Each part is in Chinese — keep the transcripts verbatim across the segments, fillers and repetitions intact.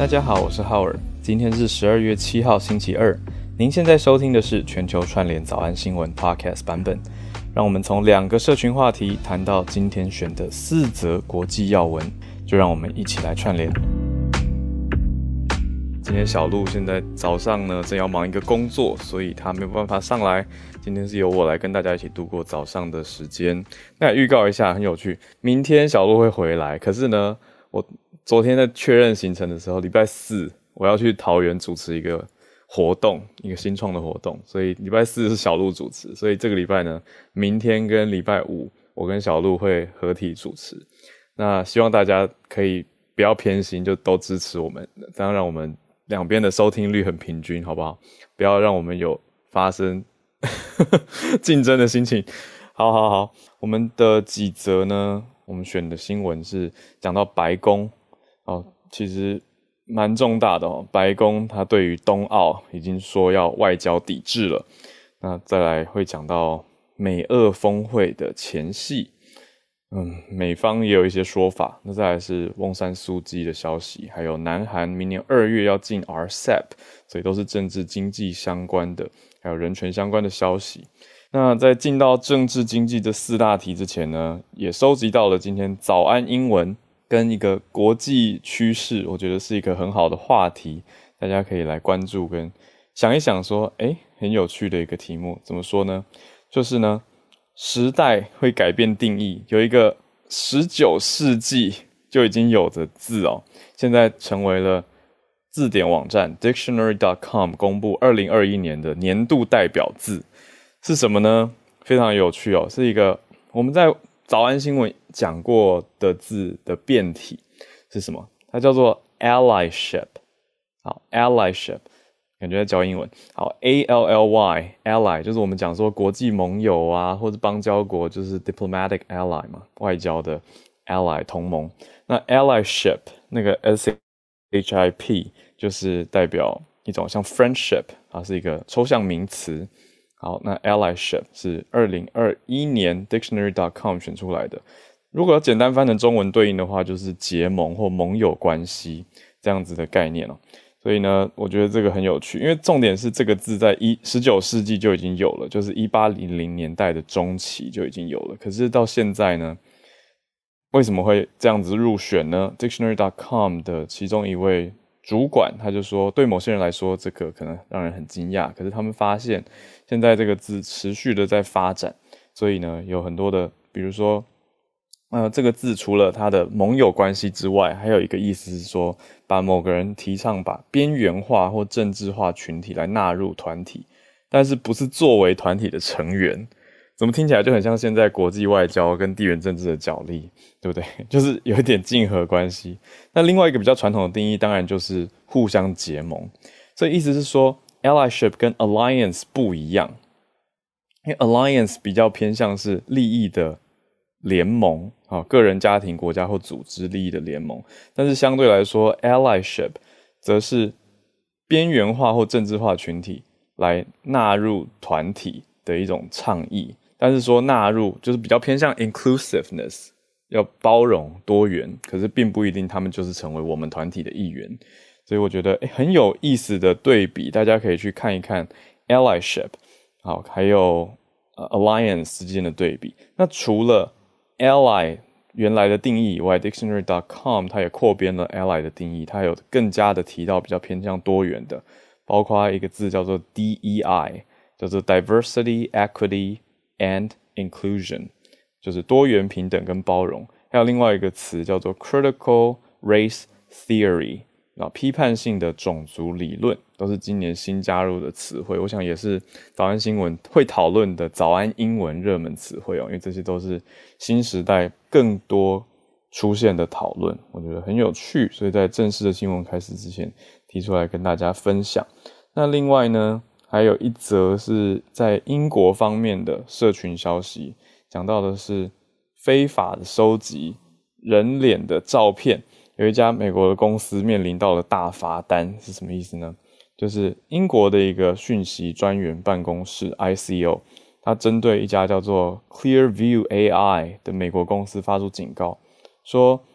大家好，我是浩尔，今天是十二月七号星期二。您现在收听的是全球串联早安新闻 Podcast 版本。让我们从两个社群话题谈到今天选的四则国际要闻，就让我们一起来串联。今天小鹿现在早上呢正要忙一个工作，所以他没有办法上来。今天是由我来跟大家一起度过早上的时间。那预告一下，很有趣，明天小鹿会回来。可是呢，我昨天在确认行程的时候，礼拜四我要去桃园主持一个活动，一个新创的活动，所以礼拜四是小鹿主持。所以这个礼拜呢，明天跟礼拜五我跟小鹿会合体主持。那希望大家可以不要偏心，就都支持我们，这样让我们两边的收听率很平均，好不好？不要让我们有发生竞争的心情。好好好，我们的几则呢，我们选的新闻是讲到白宫哦，其实蛮重大的哦。白宫它对于冬奥已经说要外交抵制了。那再来会讲到美俄峰会的前夕，嗯，美方也有一些说法。那再来是翁山苏姬的消息，还有南韩明年二月要进 R C E P， 所以都是政治经济相关的，还有人权相关的消息。那在进到政治经济这四大题之前呢，也收集到了今天早安英文跟一个国际趋势，我觉得是一个很好的话题，大家可以来关注跟想一想说，诶，很有趣的一个题目。怎么说呢？就是呢，时代会改变定义，有一个十九世纪就已经有的字哦，现在成为了字典网站 dictionary dot com 公布二零二一年的年度代表字。是什么呢？非常有趣哦，是一个我们在早安新闻讲过的字的变体是什么？它叫做 allyship。好 allyship 感觉在教英文。好 A L L Y ally 就是我们讲说国际盟友啊，或者邦交国，就是 diplomatic ally 嘛，外交的 ally 同盟。那 allyship 那个 S H I P 就是代表一种像 friendship， 它是一个抽象名词。好，那 allyship 是二零二一年 dictionary dot com 选出来的。如果要简单翻成中文对应的话，就是结盟或盟友关系这样子的概念哦。所以呢，我觉得这个很有趣，因为重点是这个字在十九世纪就已经有了，就是一八零零年代的中期就已经有了。可是到现在呢，为什么会这样子入选呢？ dictionary dot com 的其中一位主管他就说，对某些人来说这个可能让人很惊讶，可是他们发现现在这个字持续的在发展，所以呢有很多的比如说呃，这个字除了它的盟友关系之外，还有一个意思是说把某个人提倡把边缘化或政治化群体来纳入团体，但是不是作为团体的成员。怎么听起来就很像现在国际外交跟地缘政治的角力，对不对？就是有一点竞合关系。那另外一个比较传统的定义当然就是互相结盟，所以意思是说 allyship 跟 alliance 不一样，因为 alliance 比较偏向是利益的联盟，个人、家庭、国家或组织利益的联盟，但是相对来说 allyship 则是边缘化或政治化群体来纳入团体的一种倡议。但是说纳入就是比较偏向 inclusiveness， 要包容多元，可是并不一定他们就是成为我们团体的一员。所以我觉得很有意思的对比，大家可以去看一看 allyship 好，还有、呃、alliance 之间的对比。那除了 ally 原来的定义以外， dictionary dot com 它也扩编了 ally 的定义，它有更加的提到比较偏向多元的，包括一个字叫做 D E I， 叫做 diversity equity and inclusion， 就是多元平等跟包容。还有另外一个词叫做 critical race theory， 批判性的种族理论，都是今年新加入的词汇。我想也是早安新闻会讨论的早安英文热门词汇哦，因为这些都是新时代更多出现的讨论，我觉得很有趣，所以在正式的新闻开始之前提出来跟大家分享。那另外呢，还有一则是在英国方面的社群消息，讲到的是非法的收集人脸的照片。有一家美国的公司面临到了大罚单，是什么意思呢？就是英国的一个讯息专员办公室 I C O， 它针对一家叫做 Clearview A I 的美国公司发出警告，说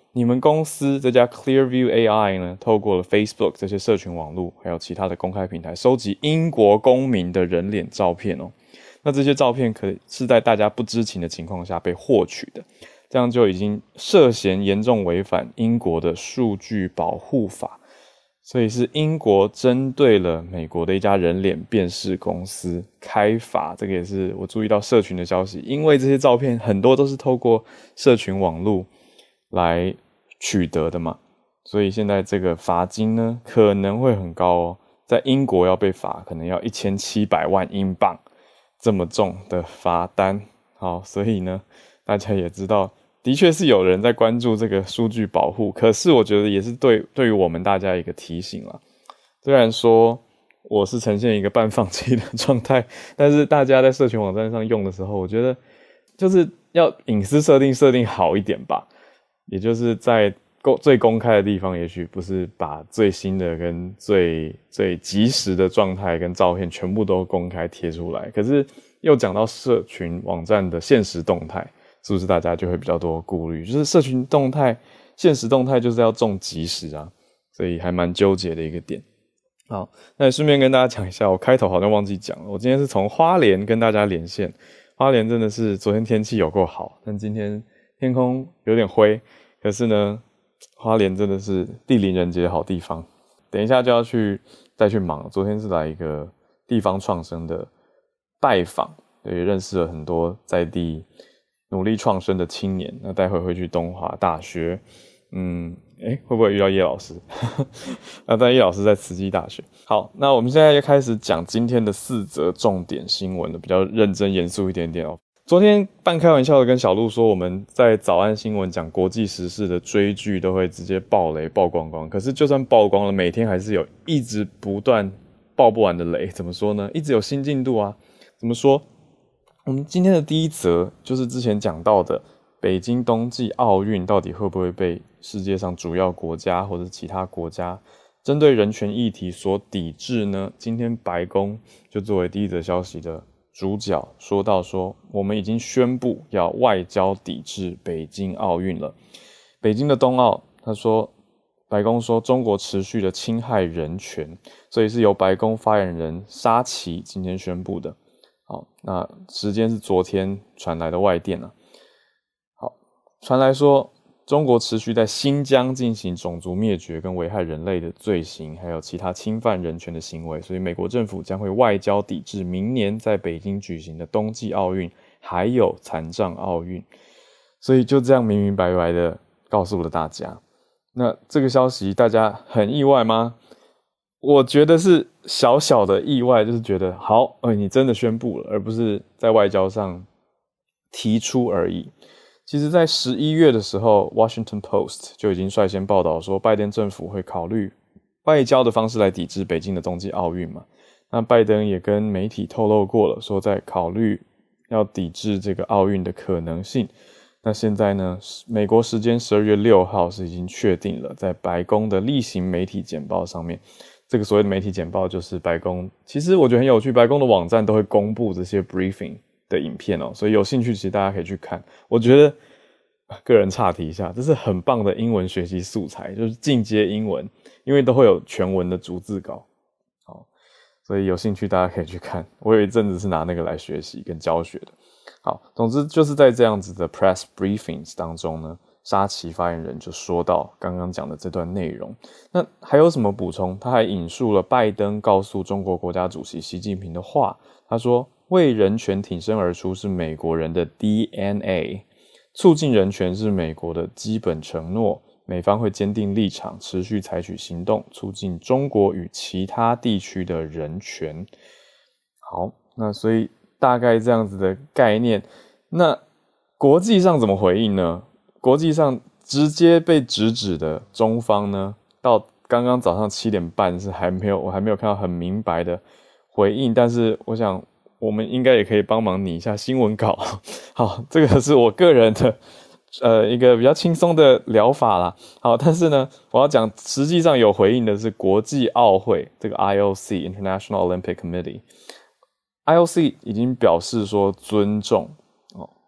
你们公司这家 Clearview A I 呢，透过了 Facebook 这些社群网络，还有其他的公开平台，收集英国公民的人脸照片哦。那这些照片可是在大家不知情的情况下被获取的，这样就已经涉嫌严重违反英国的数据保护法。所以是英国针对了美国的一家人脸辨识公司开罚，这个也是我注意到社群的消息，因为这些照片很多都是透过社群网络来取得的嘛，所以现在这个罚金呢可能会很高哦，在英国要被罚可能要一千七百万英镑这么重的罚单。好，所以呢大家也知道的确是有人在关注这个数据保护，可是我觉得也是对对于我们大家一个提醒啦。虽然说我是呈现一个半放弃的状态，但是大家在社群网站上用的时候，我觉得就是要隐私设定设定好一点吧，也就是在最公开的地方，也许不是把最新的跟最最及时的状态跟照片全部都公开贴出来，可是又讲到社群网站的限时动态，是不是大家就会比较多顾虑，就是社群动态限时动态就是要重即时啊，所以还蛮纠结的一个点。好，那也顺便跟大家讲一下，我开头好像忘记讲了，我今天是从花莲跟大家连线。花莲真的是昨天天气有够好，但今天天空有点灰，可是呢花莲真的是地灵人杰的好地方，等一下就要去再去忙。昨天是来一个地方创生的拜访，也认识了很多在地努力创生的青年，那待会会去东华大学，嗯，诶，会不会遇到叶老师？那但叶老师在慈济大学。好，那我们现在就开始讲今天的四则重点新闻了，比较认真严肃一点点哦。昨天半开玩笑的跟小鹿说，我们在早安新闻讲国际时事的追剧都会直接爆雷爆光光，可是就算爆光了，每天还是有一直不断爆不完的雷。怎么说呢？一直有新进度啊。怎么说？我们今天的第一则就是之前讲到的北京冬季奥运到底会不会被世界上主要国家或者其他国家针对人权议题所抵制呢？今天白宫就作为第一则消息的主角说到说，我们已经宣布要外交抵制北京奥运了。北京的冬奥，他说白宫说中国持续的侵害人权，所以是由白宫发言人沙奇今天宣布的。好，那时间是昨天传来的外电啊。好，传来说中国持续在新疆进行种族灭绝跟危害人类的罪行，还有其他侵犯人权的行为，所以美国政府将会外交抵制明年在北京举行的冬季奥运，还有残障奥运。所以就这样明明白白的告诉了大家。那这个消息大家很意外吗？我觉得是小小的意外，就是觉得好，哎，你真的宣布了，而不是在外交上提出而已。其实在十一月的时候 Washington Post 就已经率先报道说，拜登政府会考虑外交的方式来抵制北京的冬季奥运嘛。那拜登也跟媒体透露过了，说在考虑要抵制这个奥运的可能性。那现在呢，美国时间十二月六号是已经确定了，在白宫的例行媒体简报上面，这个所谓的媒体简报就是白宫，其实我觉得很有趣，白宫的网站都会公布这些 briefing 的影片哦，所以有兴趣其实大家可以去看。我觉得个人岔题一下，这是很棒的英文学习素材，就是进阶英文，因为都会有全文的逐字稿。好，所以有兴趣大家可以去看，我有一阵子是拿那个来学习跟教学的。好，总之就是在这样子的 press briefings 当中呢，沙奇发言人就说到刚刚讲的这段内容。那还有什么补充？他还引述了拜登告诉中国国家主席习近平的话，他说为人权挺身而出是美国人的 D N A， 促进人权是美国的基本承诺，美方会坚定立场，持续采取行动，促进中国与其他地区的人权。好，那所以大概这样子的概念。那国际上怎么回应呢？国际上直接被直指的中方呢，到刚刚早上七点半是还没有，我还没有看到很明白的回应，但是我想我们应该也可以帮忙拟一下新闻稿。好，这个是我个人的呃一个比较轻松的疗法啦。好，但是呢，我要讲实际上有回应的是国际奥会这个 I O C International Olympic Committee。I O C 已经表示说尊重、哦、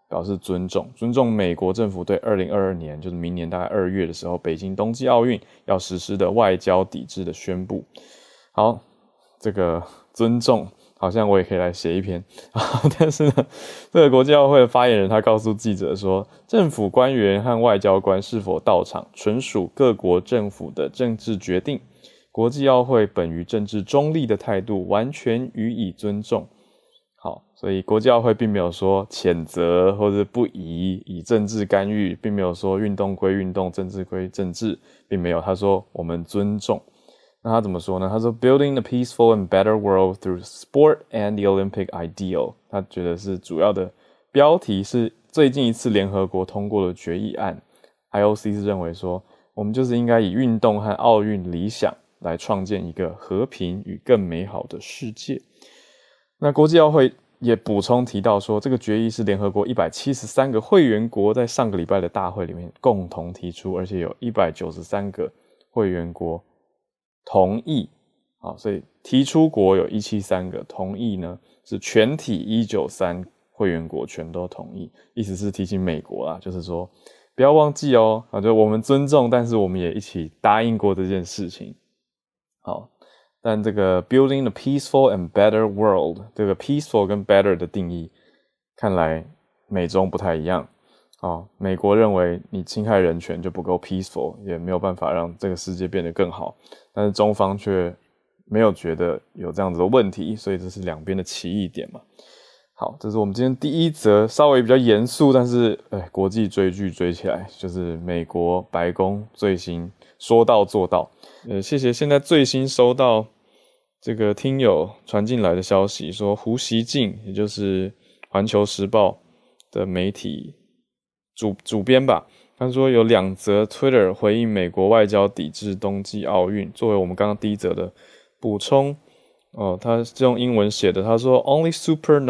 表示尊重，尊重美国政府对二零二二年，就是明年大概二月的时候，北京冬季奥运要实施的外交抵制的宣布。好，这个尊重好像我也可以来写一篇但是呢，这个国际奥会的发言人他告诉记者说，政府官员和外交官是否到场纯属各国政府的政治决定，国际奥会本于政治中立的态度完全予以尊重。好，所以国际奥会并没有说谴责或者不宜以政治干预，并没有说运动归运动，政治归政治，并没有，他说我们尊重。那他怎么说呢？他说 Building a peaceful and better world through sport and the Olympic ideal， 他觉得是主要的标题是最近一次联合国通过的决议案， I O C 是认为说我们就是应该以运动和奥运理想来创建一个和平与更美好的世界。那国际奥会也补充提到说，这个决议是联合国一百七十三个会员国在上个礼拜的大会里面共同提出，而且有一百九十三个会员国同意。好，所以提出国有一百七十三个，同意呢是全体一百九十三会员国全都同意，意思是提醒美国啦，就是说不要忘记哦，就我们尊重，但是我们也一起答应过这件事情。好，但这个 building a peaceful and better world， 这个 peaceful 跟 better 的定义看来美中不太一样。哦，美国认为你侵害人权就不够 peaceful， 也没有办法让这个世界变得更好，但是中方却没有觉得有这样子的问题，所以这是两边的歧义点嘛。好，这是我们今天第一则稍微比较严肃，但是哎，国际追剧追起来，就是美国白宫最新说到做到。呃，谢谢。现在最新收到这个听友传进来的消息，说胡锡进，也就是环球时报的媒体主主编吧，他说有两则 Twitter 回应美国外交抵制冬季奥运，作为我们刚刚第一则的补充。哦，他是用英文写的，他说 Only super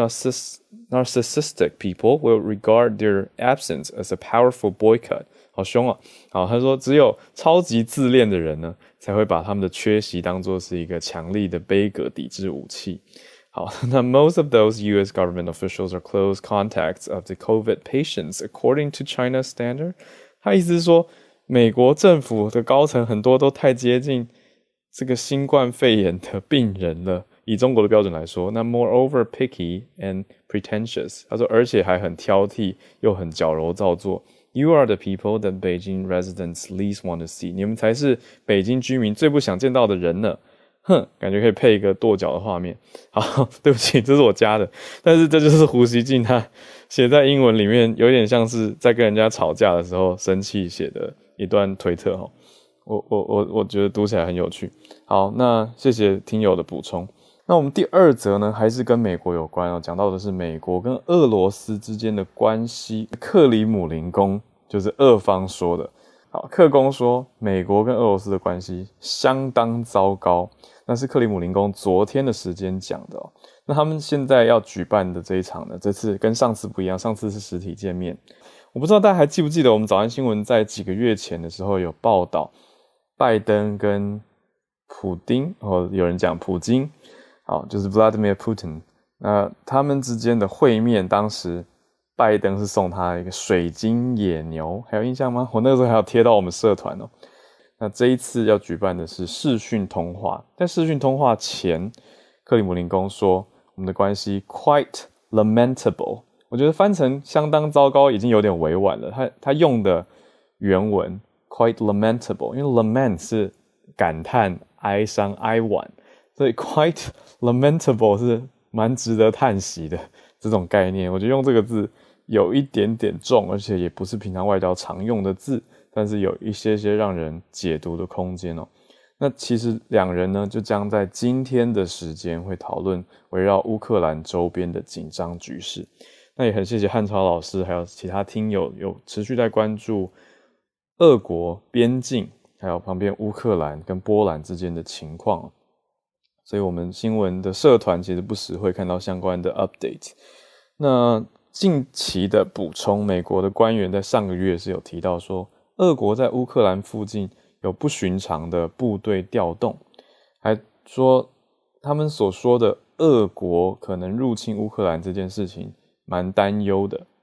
narcissistic people will regard their absence as a powerful boycott。 好凶啊。好，他说只有超级自恋的人呢，才会把他们的缺席当作是一个强力的杯葛抵制武器。好，那 most of those U S government officials are close contacts of the COVID patients according to China's standard。 他意思是说美国政府的高层很多都太接近这个新冠肺炎的病人了，以中国的标准来说，那 moreover picky and pretentious， 他说而且还很挑剔又很矫揉造作。 You are the people that Beijing residents least want to see， 你们才是北京居民最不想见到的人呢。哼，感觉可以配一个跺脚的画面。好，对不起，这是我加的，但是这就是胡锡进他写在英文里面，有点像是在跟人家吵架的时候生气写的一段推特齁。我我我我觉得读起来很有趣。好，那谢谢听友的补充。那我们第二则呢，还是跟美国有关哦，讲到的是美国跟俄罗斯之间的关系。克里姆林宫就是俄方说的。好，克宫说美国跟俄罗斯的关系相当糟糕，那是克里姆林宫昨天的时间讲的哦。那他们现在要举办的这一场呢，这次跟上次不一样，上次是实体见面。我不知道大家还记不记得，我们早安新闻在几个月前的时候有报道拜登跟普丁，或有人讲普京，好，就是 Vladimir Putin， 那他们之间的会面，当时拜登是送他一个水晶野牛，还有印象吗？我那个时候还有贴到我们社团哦。那这一次要举办的是视讯通话，在视讯通话前，克里姆林宫说我们的关系 quite lamentable， 我觉得翻成相当糟糕已经有点委婉了，他他用的原文 quite lamentable， 因为 lament 是感叹、哀伤、哀婉，所以 quite lamentable 是蛮值得叹息的这种概念。我觉得用这个字有一点点重，而且也不是平常外交常用的字，但是有一些些让人解读的空间哦。那其实两人呢，就将在今天的时间会讨论围绕乌克兰周边的紧张局势。那也很谢谢汉超老师还有其他听友有持续在关注俄国边境还有旁边乌克兰跟波兰之间的情况，所以我们新闻的社团其实不时会看到相关的 update。 那近期的补充，美国的官员在上个月是有提到说，俄国在乌克兰附近有不寻常的部队调动，还说他们所说的俄国可能入侵乌克兰这件事情蛮担忧的，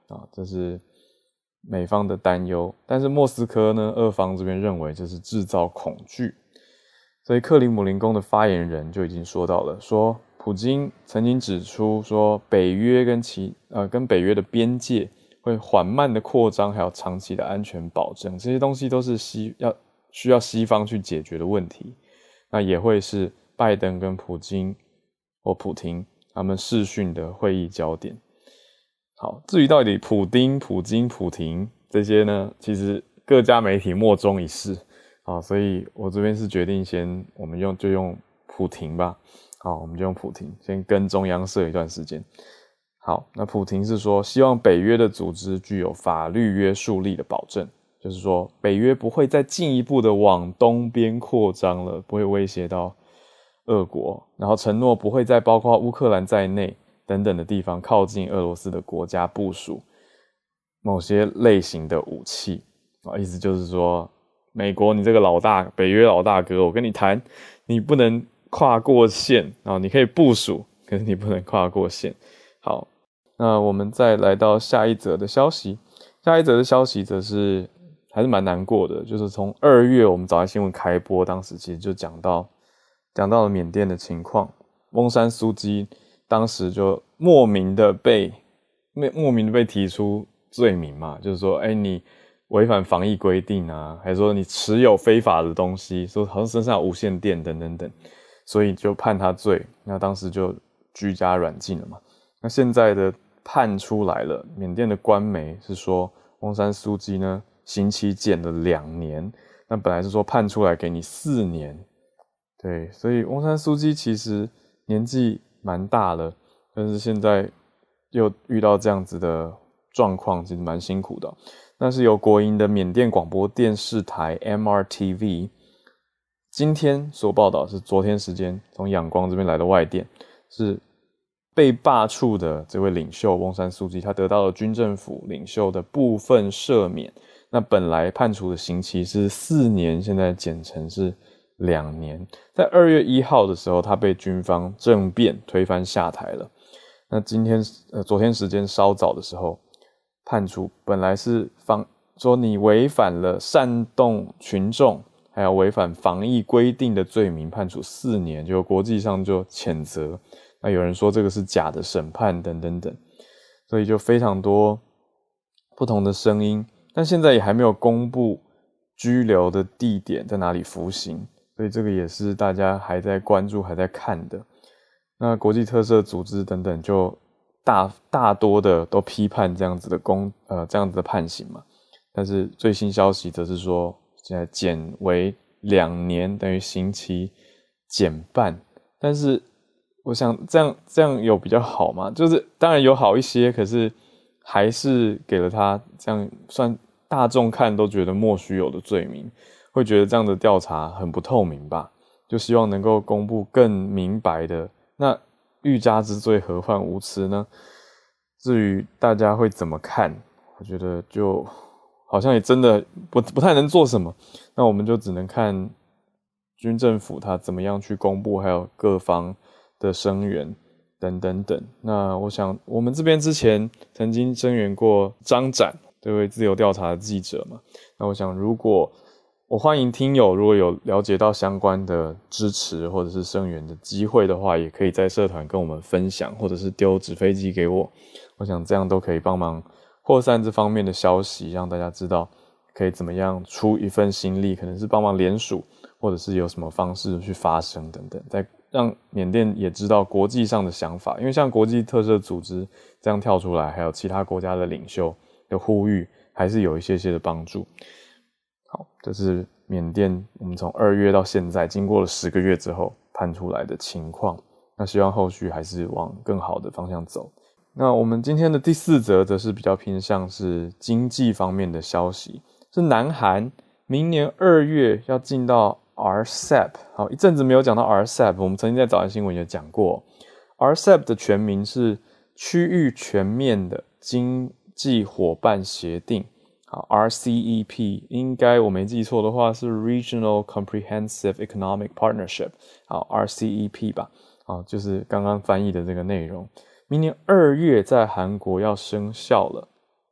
啊，这是美方的担忧。但是莫斯科呢，俄方这边认为这是制造恐惧，所以克里姆林宫的发言人就已经说到了，说普京曾经指出说，北约跟其呃跟北约的边界会缓慢的扩张，还有长期的安全保证，这些东西都是西要需要西方去解决的问题。那也会是拜登跟普京或普廷他们视讯的会议焦点。好，至于到底普丁、普京、普廷这些呢，其实各家媒体莫衷一是。好，所以我这边是决定先我们用就用普廷吧。好，我们就用普廷先跟中央社一段时间。好，那普廷是说希望北约的组织具有法律约束力的保证，就是说北约不会再进一步的往东边扩张了，不会威胁到俄国，然后承诺不会再包括乌克兰在内等等的地方靠近俄罗斯的国家部署某些类型的武器。意思就是说，美国你这个老大，北约老大哥，我跟你谈，你不能跨过线，你可以部署，可是你不能跨过线。好，那我们再来到下一则的消息。下一则的消息则是还是蛮难过的，就是从二月我们早安新闻开播，当时其实就讲到讲到了缅甸的情况，翁山苏姬当时就莫名的被莫名的被提出罪名嘛，就是说，哎，你违反防疫规定啊，还说你持有非法的东西，说好像身上有无线电等等等，所以就判他罪。那当时就居家软禁了嘛。那现在的判出来了，缅甸的官媒是说翁山苏姬呢刑期减了两年，那本来是说判出来给你四年。对，所以翁山苏姬其实年纪蛮大了，但是现在又遇到这样子的状况，其实蛮辛苦的。那是由国营的缅甸广播电视台 M R T V 今天所报道，是昨天时间从仰光这边来的外电，是被罢黜的这位领袖翁山苏姬，他得到了军政府领袖的部分赦免。那本来判处的刑期是四年，现在减成是两年。在二月一号的时候，他被军方政变推翻下台了。那今天呃昨天时间稍早的时候，判处本来是防说你违反了煽动群众还有违反防疫规定的罪名，判处四年，就国际上就谴责。那有人说这个是假的审判等等等，所以就非常多不同的声音。但现在也还没有公布拘留的地点在哪里服刑，所以这个也是大家还在关注还在看的。那国际特赦组织等等就大大多的都批判这样子的公呃这样子的判刑嘛，但是最新消息则是说现在减为两年，等于刑期减半。但是我想这样这样有比较好吗？就是当然有好一些，可是还是给了他这样算大众看都觉得莫须有的罪名，会觉得这样的调查很不透明吧，就希望能够公布更明白的。那欲加之罪何患无辞呢？至于大家会怎么看，我觉得就好像也真的不不太能做什么，那我们就只能看军政府他怎么样去公布，还有各方的声援等等等。那我想我们这边之前曾经声援过张展这位自由调查的记者嘛，那我想如果我欢迎听友如果有了解到相关的支持或者是声援的机会的话，也可以在社团跟我们分享，或者是丢纸飞机给我，我想这样都可以帮忙扩散这方面的消息，让大家知道可以怎么样出一份心力，可能是帮忙联署，或者是有什么方式去发声等等，再让缅甸也知道国际上的想法。因为像国际特赦组织这样跳出来，还有其他国家的领袖的呼吁，还是有一些些的帮助。好，这是缅甸我们从二月到现在经过了十个月之后判出来的情况，那希望后续还是往更好的方向走。那我们今天的第四则则是比较偏向是经济方面的消息，是南韩明年二月要进到 R C E P。 好，一阵子没有讲到 R C E P， 我们曾经在早安新闻也讲过， R C E P 的全名是区域全面的经济伙伴协定。好 R C E P 应该我没记错的话是 Regional Comprehensive Economic Partnership。 好 R C E P 吧，好，就是刚刚翻译的这个内容。明年二月在韩国要生效了。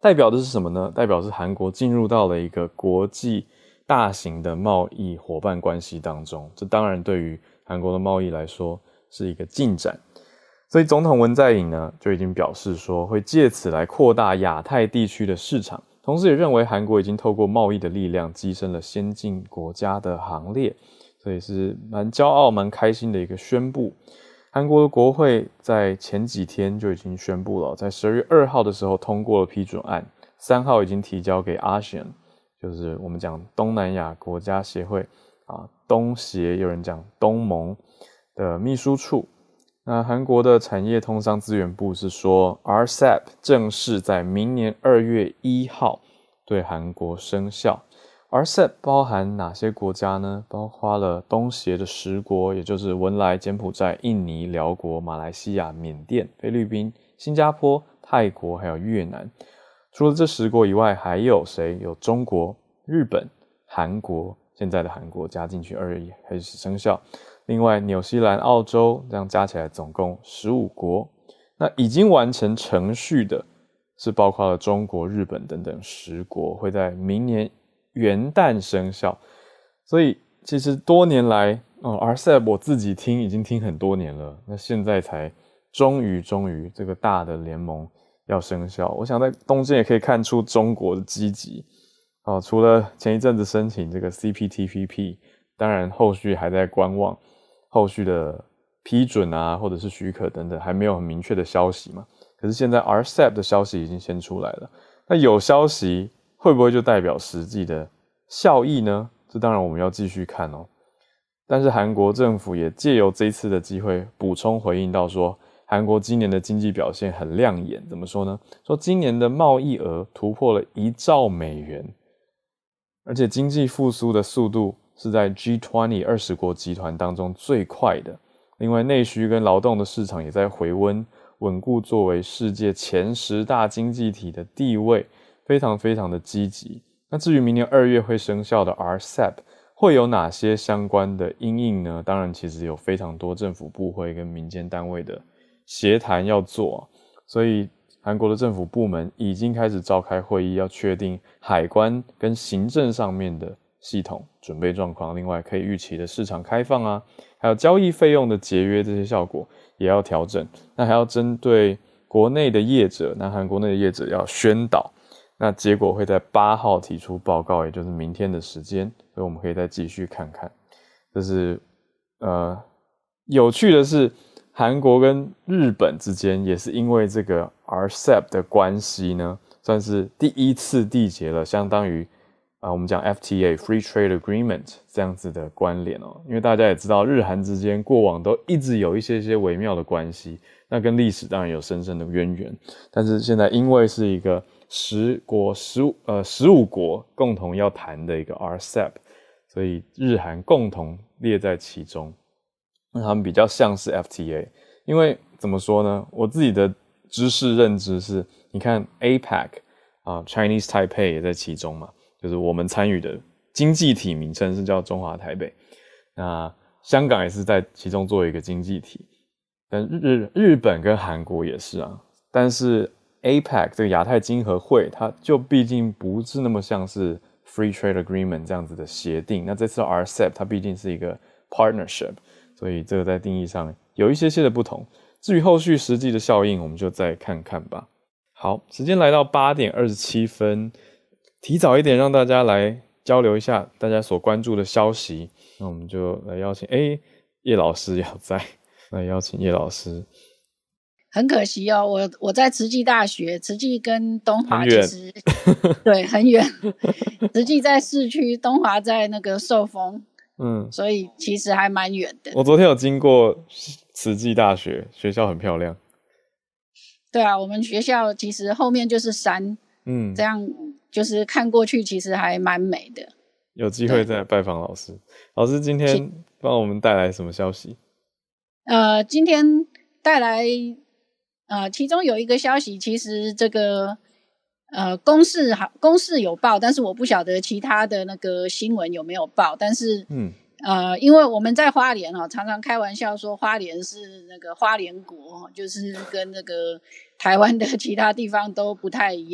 代表的是什么呢？代表是韩国进入到了一个国际大型的贸易伙伴关系当中，这当然对于韩国的贸易来说是一个进展。所以总统文在寅呢就已经表示说会借此来扩大亚太地区的市场，同时也认为韩国已经透过贸易的力量跻身了先进国家的行列，所以是蛮骄傲蛮开心的一个宣布。韩国的国会在前几天就已经宣布了，在十二月二号的时候通过了批准案，三号已经提交给 A S E A N， 就是我们讲东南亚国家协会啊，东协有人讲东盟的秘书处。那韩国的产业通商资源部是说 R C E P 正式在明年二月一号对韩国生效。R C E P 包含哪些国家呢？包括了东协的十国，也就是文莱、柬埔寨、印尼、辽国、马来西亚、缅甸、菲律宾、新加坡、泰国还有越南。除了这十国以外，还有谁？有中国、日本、韩国，现在的韩国加进去二月一开始生效。另外纽西兰、澳洲，这样加起来总共十五国。那已经完成程序的是包括了中国、日本等等十国，会在明年元旦生效。所以其实多年来、哦、R C E P 我自己听已经听很多年了，那现在才终于终于这个大的联盟要生效。我想在中间也可以看出中国的积极、哦、除了前一阵子申请这个 C P T P P， 当然后续还在观望后续的批准啊或者是许可等等，还没有很明确的消息嘛。可是现在 R C E P 的消息已经先出来了，那有消息会不会就代表实际的效益呢？这当然我们要继续看哦。但是韩国政府也借由这一次的机会补充回应到说，韩国今年的经济表现很亮眼。怎么说呢？说今年的贸易额突破了一兆美元，而且经济复苏的速度是在 G 二十 二十国集团当中最快的。另外内需跟劳动的市场也在回温，稳固作为世界前十大经济体的地位，非常非常的积极。那至于明年二月会生效的 R C E P 会有哪些相关的因应呢？当然其实有非常多政府部会跟民间单位的协谈要做，所以韩国的政府部门已经开始召开会议，要确定海关跟行政上面的系统准备状况。另外可以预期的市场开放啊，还有交易费用的节约，这些效果也要调整。那还要针对国内的业者，南韩国内的业者要宣导，那结果会在八号提出报告，也就是明天的时间，所以我们可以再继续看看。这是呃有趣的是，韩国跟日本之间也是因为这个 R C E P 的关系呢，算是第一次缔结了相当于啊、呃，我们讲 F T A Free Trade Agreement 这样子的关联哦。因为大家也知道，日韩之间过往都一直有一些些微妙的关系，那跟历史当然有深深的渊源。但是现在因为是一个十国十五呃十五国共同要谈的一个 R C E P， 所以日韩共同列在其中。那他们比较像是 F T A， 因为怎么说呢？我自己的知识认知是，你看 A P E C 啊 ，Chinese Taipei 也在其中嘛，就是我们参与的经济体名称是叫中华台北。那香港也是在其中做一个经济体，但日日本跟韩国也是啊。但是 A P E C 这个亚太经合会，它就毕竟不是那么像是 Free Trade Agreement 这样子的协定。那这次 R C E P 它毕竟是一个 partnership。所以这个在定义上有一些些的不同，至于后续实际的效应，我们就再看看吧。好，时间来到八点二十七分，提早一点让大家来交流一下大家所关注的消息。那我们就来邀请，诶，叶老师要在，来邀请叶老师。 很可惜哦，我我在慈济大学，慈济跟东华其实对很远，慈济在市区，东华在那个寿丰。嗯，所以其实还蛮远的。 我昨天有经过慈济大学，学校很漂亮。 对啊，我们学校其实后面就是山，嗯，这样就是看过去其实还蛮美的。 有机会再拜访老师。老师今天帮我们带来什么消息？ 呃，今天带来呃，其中有一个消息，其实这个。呃，公视好，公视有报，但是我不晓得其他的那个新闻有没有报。但是，嗯，呃，因为我们在花莲哦，常常开玩笑说花莲是那个花莲国，就是跟那个台湾的其他地方都不太一样。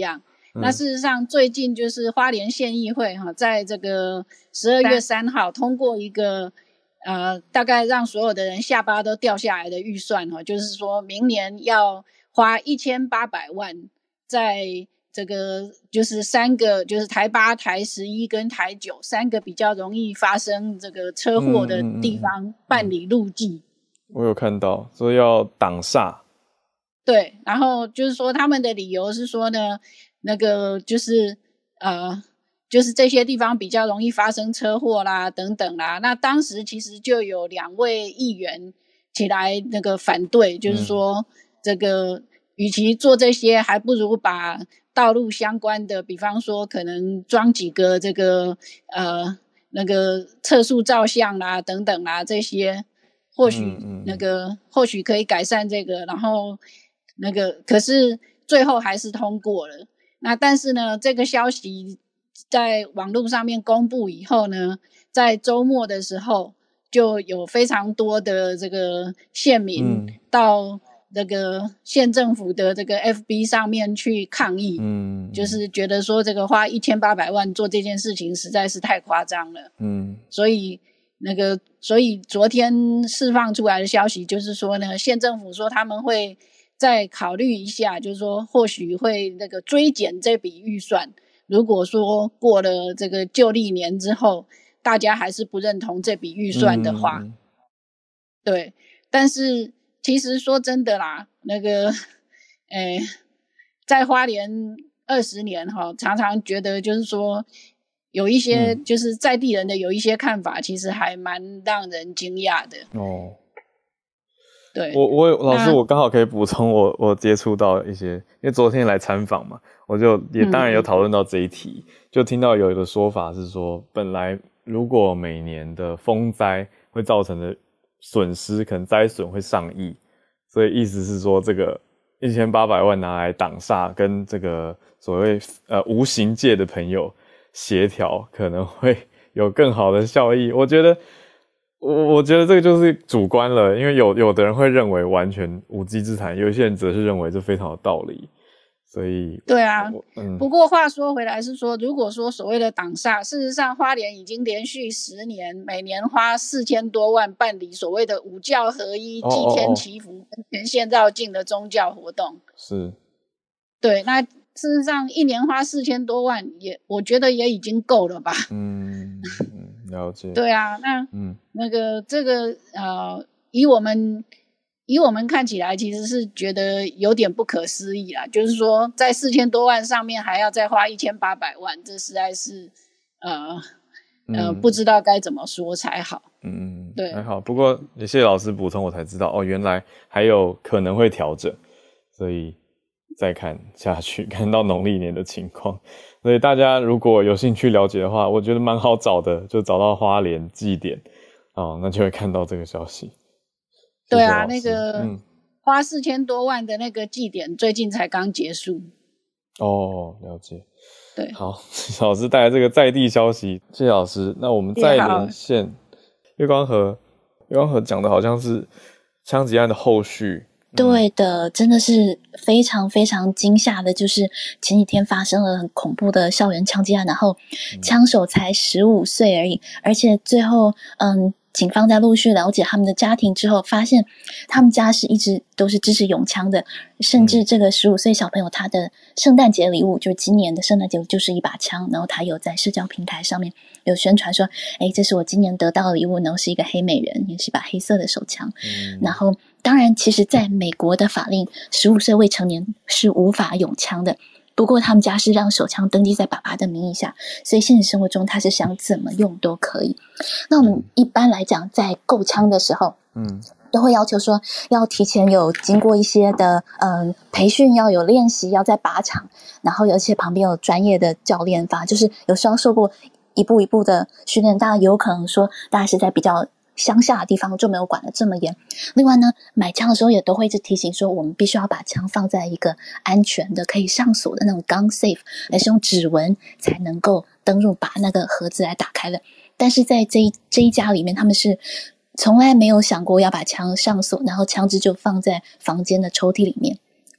嗯、那事实上最近就是花莲县议会哈，在这个十二月三号通过一个呃大概让所有的人下巴都掉下来的预算哈，就是说明年要花一千八百万在这个就是三个就是台八、台十一跟台九三个比较容易发生这个车祸的地方办理路祭。嗯嗯嗯嗯、 我有看到说要挡煞。 对，然后就是说他们的理由是说呢，那个就是呃，就是这些地方比较容易发生车祸啦，等等啦。那当时其实就有两位议员起来那个反对，就是说这个与其做这些，还不如把道路相关的，比方说可能装几个这个呃那个测速照相啦，等等啦这些，或许那个、嗯嗯、或许可以改善这个，然后。那个可是最后还是通过了。那但是呢，这个消息在网络上面公布以后呢，在周末的时候就有非常多的这个县民到这个县政府的这个 F B 上面去抗议，嗯，就是觉得说这个花一千八百万做这件事情实在是太夸张了，嗯，所以那个所以昨天释放出来的消息就是说呢，县政府说他们会再考虑一下，就是说或许会那个追减这笔预算。如果说过了这个旧历年之后，大家还是不认同这笔预算的话，嗯、对。但是其实说真的啦，那个，诶，在花莲二十年哈，常常觉得就是说有一些就是在地人的有一些看法，其实还蛮让人惊讶的哦。对， 我我老师，我刚好可以补充我我接触到一些，因为昨天来参访嘛，我就也当然有讨论到这一题，嗯、就听到有一个说法是说，本来如果每年的风灾会造成的损失，可能灾损会上亿，所以意思是说，这个一千八百万拿来挡煞，跟这个所谓呃无形界的朋友协调，可能会有更好的效益。我觉得。我我觉得这个就是主观了，因为有有的人会认为完全无稽之谈，有一些人则是认为这非常有道理，所以对啊，嗯。不过话说回来是说，如果说所谓的挡煞，事实上花莲已经连续十年，每年花四千多万办理所谓的五教合一、祭天祈福、全县绕境的宗教活动。 是， 对，那事实上一年花四千多万，也我觉得也已经够了吧。 嗯。了解。 对啊，那嗯，那个这个呃，以我们以我们看起来，其实是觉得有点不可思议啦。就是说，在四千多万上面还要再花一千八百万，这实在是呃呃、嗯、不知道该怎么说才好。 嗯，对，还好。不过也谢谢老师补充，我才知道哦，原来还有可能会调整，所以再看下去，看到农历年的情况。所以大家如果有兴趣了解的话，我觉得蛮好找的，就找到花莲祭典哦，那就会看到这个消息。 对啊，那个、嗯、花四千多万的那个祭典最近才刚结束。 哦，了解。 对， 好，老师带来这个在地消息，谢谢老师。那我们再连线月光河，月光河讲的好像是枪击案的后续。 对的，真的是非常非常惊吓的，就是前几天发生了很恐怖的校园枪击案，然后枪手才十五岁而已，而且最后嗯警方在陆续了解他们的家庭之后，发现他们家是一直都是支持拥枪的，甚至这个十五岁小朋友他的圣诞节礼物，就是今年的圣诞节礼物就是一把枪，然后他有在社交平台上面有宣传说，诶，这是我今年得到的礼物，然后是一个黑美人，也是一把黑色的手枪，嗯、然后当然其实在美国的法令十五岁未成年是无法拥枪的，不过他们家是让手枪登记在爸爸的名义下，所以现实生活中他是想怎么用都可以。那我们一般来讲在购枪的时候嗯，都会要求说要提前有经过一些的嗯培训，要有练习，要在靶场，然后而且旁边有专业的教练法，就是有需要受过一步一步的训练，当然有可能说大家是在比较乡下的地方就没有管得这么严。另外呢，买枪的时候也都会一直提醒说，我们必须要把枪放在一个安全的可以上锁的那种 gun safe， 还是用指纹才能够登入把那个盒子来打开的。但是在这一这一家里面，他们是从来没有想过要把枪上锁，然后枪支就放在房间的抽屉里面。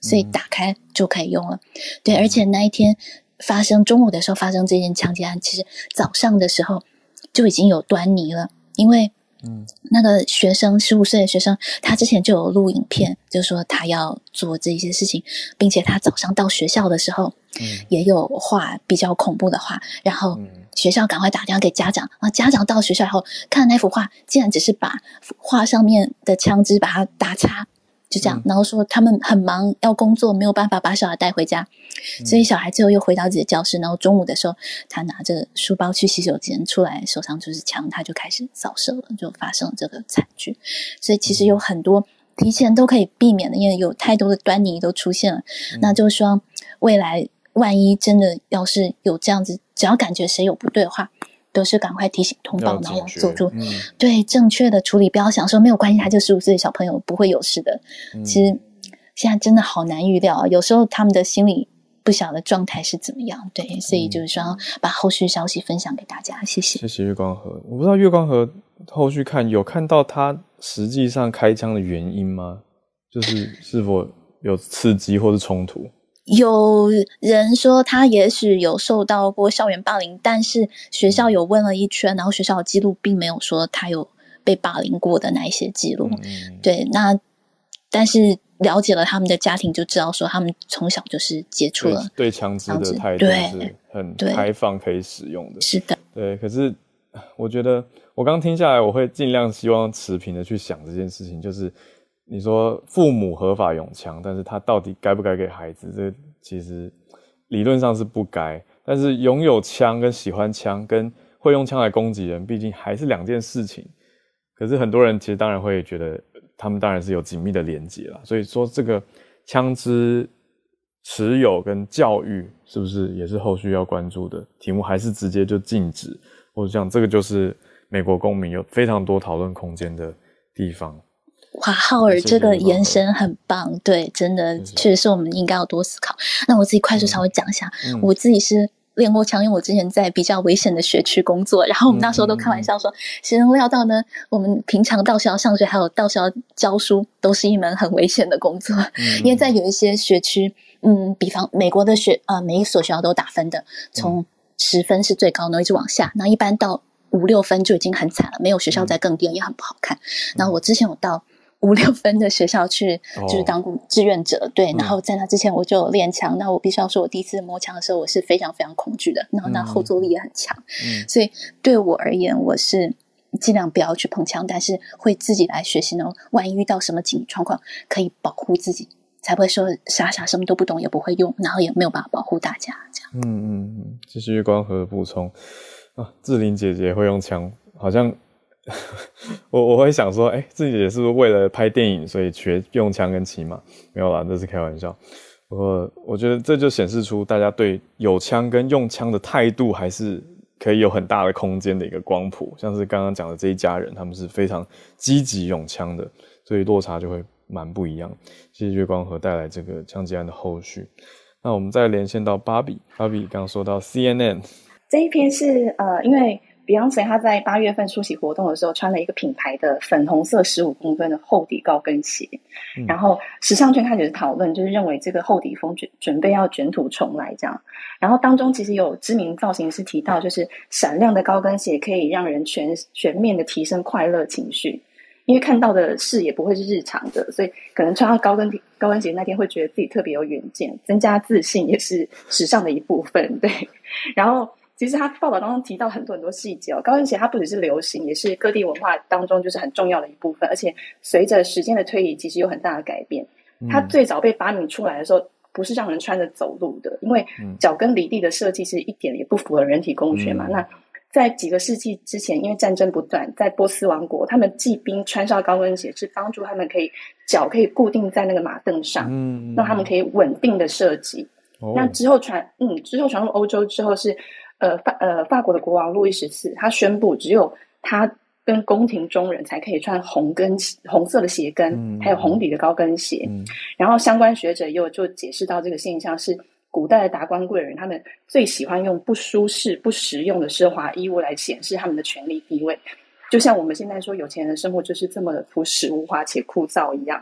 所以打开就可以用了。对，而且那一天发生中午的时候发生这件枪击案，其实早上的时候就已经有端倪了，因为嗯，那个学生十五岁的学生，他之前就有录影片，就说他要做这些事情，并且他早上到学校的时候，嗯，也有画比较恐怖的画，然后学校赶快打电话给家长，然后家长到学校以后看那幅画，竟然只是把画上面的枪支把它打叉，就这样，然后说他们很忙要工作，没有办法把小孩带回家，所以小孩最后又回到自己的教室，然后中午的时候他拿着书包去洗手间，出来手上就是枪，他就开始扫射了，就发生了这个惨剧。所以其实有很多提前都可以避免的，因为有太多的端倪都出现了，那就希望未来万一真的要是有这样子，只要感觉谁有不对的话，都是赶快提醒通报，然后要做出、嗯、对正确的处理，不要想说没有关系，他就十五岁的小朋友不会有事的、嗯、其实现在真的好难预料啊，有时候他们的心理不晓得状态是怎么样，对，所以就是说把后续消息分享给大家，谢谢。 谢谢月光河。我不知道月光河后续看有看到他实际上开枪的原因吗？就是是否有刺激或是冲突？ 有人说他也许有受到过校园霸凌，但是学校有问了一圈，然后学校的记录并没有说他有被霸凌过的那一些记录、嗯、对，那但是了解了他们的家庭就知道说他们从小就是接触了对枪支的态度是很开放可以使用的， 是的， 对。可是我觉得我刚听下来我会尽量希望持平的去想这件事情，就是你说父母合法拥枪，但是他到底该不该给孩子，这其实理论上是不该，但是拥有枪跟喜欢枪跟会用枪来攻击人毕竟还是两件事情。可是很多人其实当然会觉得他们当然是有紧密的连结啦，所以说这个枪支持有跟教育是不是也是后续要关注的题目，还是直接就禁止，或者这样，这个就是美国公民有非常多讨论空间的地方。 哇，浩尔这个延伸很棒，对，真的确实是我们应该要多思考。那我自己快速稍微讲一下、嗯、我自己是练过枪，因为我之前在比较危险的学区工作，然后我们那时候都开玩笑说谁能料到呢，我们平常到学校上学还有到学校教书都是一门很危险的工作、嗯、因为在有一些学区嗯，比方美国的学呃每一所学校都打分的，从十分是最高呢一直往下，那一般到五六分就已经很惨了，没有学校再更低也很不好看。然后我之前有到五六分的学校去就是当志愿者、哦、对，然后在那之前我就有练枪、嗯、那我必须要说我第一次摸枪的时候我是非常非常恐惧的，然后那后坐力也很强、嗯、所以对我而言我是尽量不要去碰枪，但是会自己来学习呢，万一遇到什么紧急状况可以保护自己，才不会说傻傻什么都不懂也不会用，然后也没有办法保护大家这样。 嗯嗯嗯，这是月光河的补充啊。志玲姐姐会用枪，好像我我会想说，哎，志玲姐姐是不是为了拍电影所以学用枪跟骑马？没有啦，这是开玩笑。不过我觉得这就显示出大家对有枪跟用枪的态度还是可以有很大的空间的一个光谱。像是刚刚讲的这一家人，他们是非常积极用枪的，所以落差就会蛮不一样。谢谢月光河带来这个枪击案的后续。那我们再连线到芭比，芭比刚刚说到 C N N 这一篇是呃，因为 Beyonce 她在八月份出席活动的时候穿了一个品牌的粉红色十五公分的厚底高跟鞋、嗯、然后时尚圈开始讨论，就是认为这个厚底风准准备要卷土重来这样。然后当中其实有知名造型师提到，就是闪亮的高跟鞋可以让人全全面的提升快乐情绪，因为看到的视野不会是日常的，所以可能穿上高跟高跟鞋那天会觉得自己特别有远见，增加自信也是时尚的一部分。对，然后其实他报道当中提到很多很多细节哦，高跟鞋它不只是流行，也是各地文化当中就是很重要的一部分，而且随着时间的推移其实有很大的改变。它最早被发明出来的时候不是让人穿着走路的，因为脚跟离地的设计其实一点也不符合人体工学嘛、嗯、那在几个世纪之前，因为战争不断，在波斯王国他们骑兵穿上高跟鞋是帮助他们可以脚可以固定在那个马凳上，嗯，让他们可以稳定的射击、哦、那之后传嗯之后传入欧洲之后是呃法呃法国的国王路易十四，他宣布只有他跟宫廷中人才可以穿红跟红色的鞋跟、嗯、还有红底的高跟鞋、嗯、然后相关学者也有就解释到这个现象是古代的达官贵人他们最喜欢用不舒适不实用的奢华衣物来显示他们的权力地位，就像我们现在说有钱人的生活就是这么的朴实无华且枯燥一样。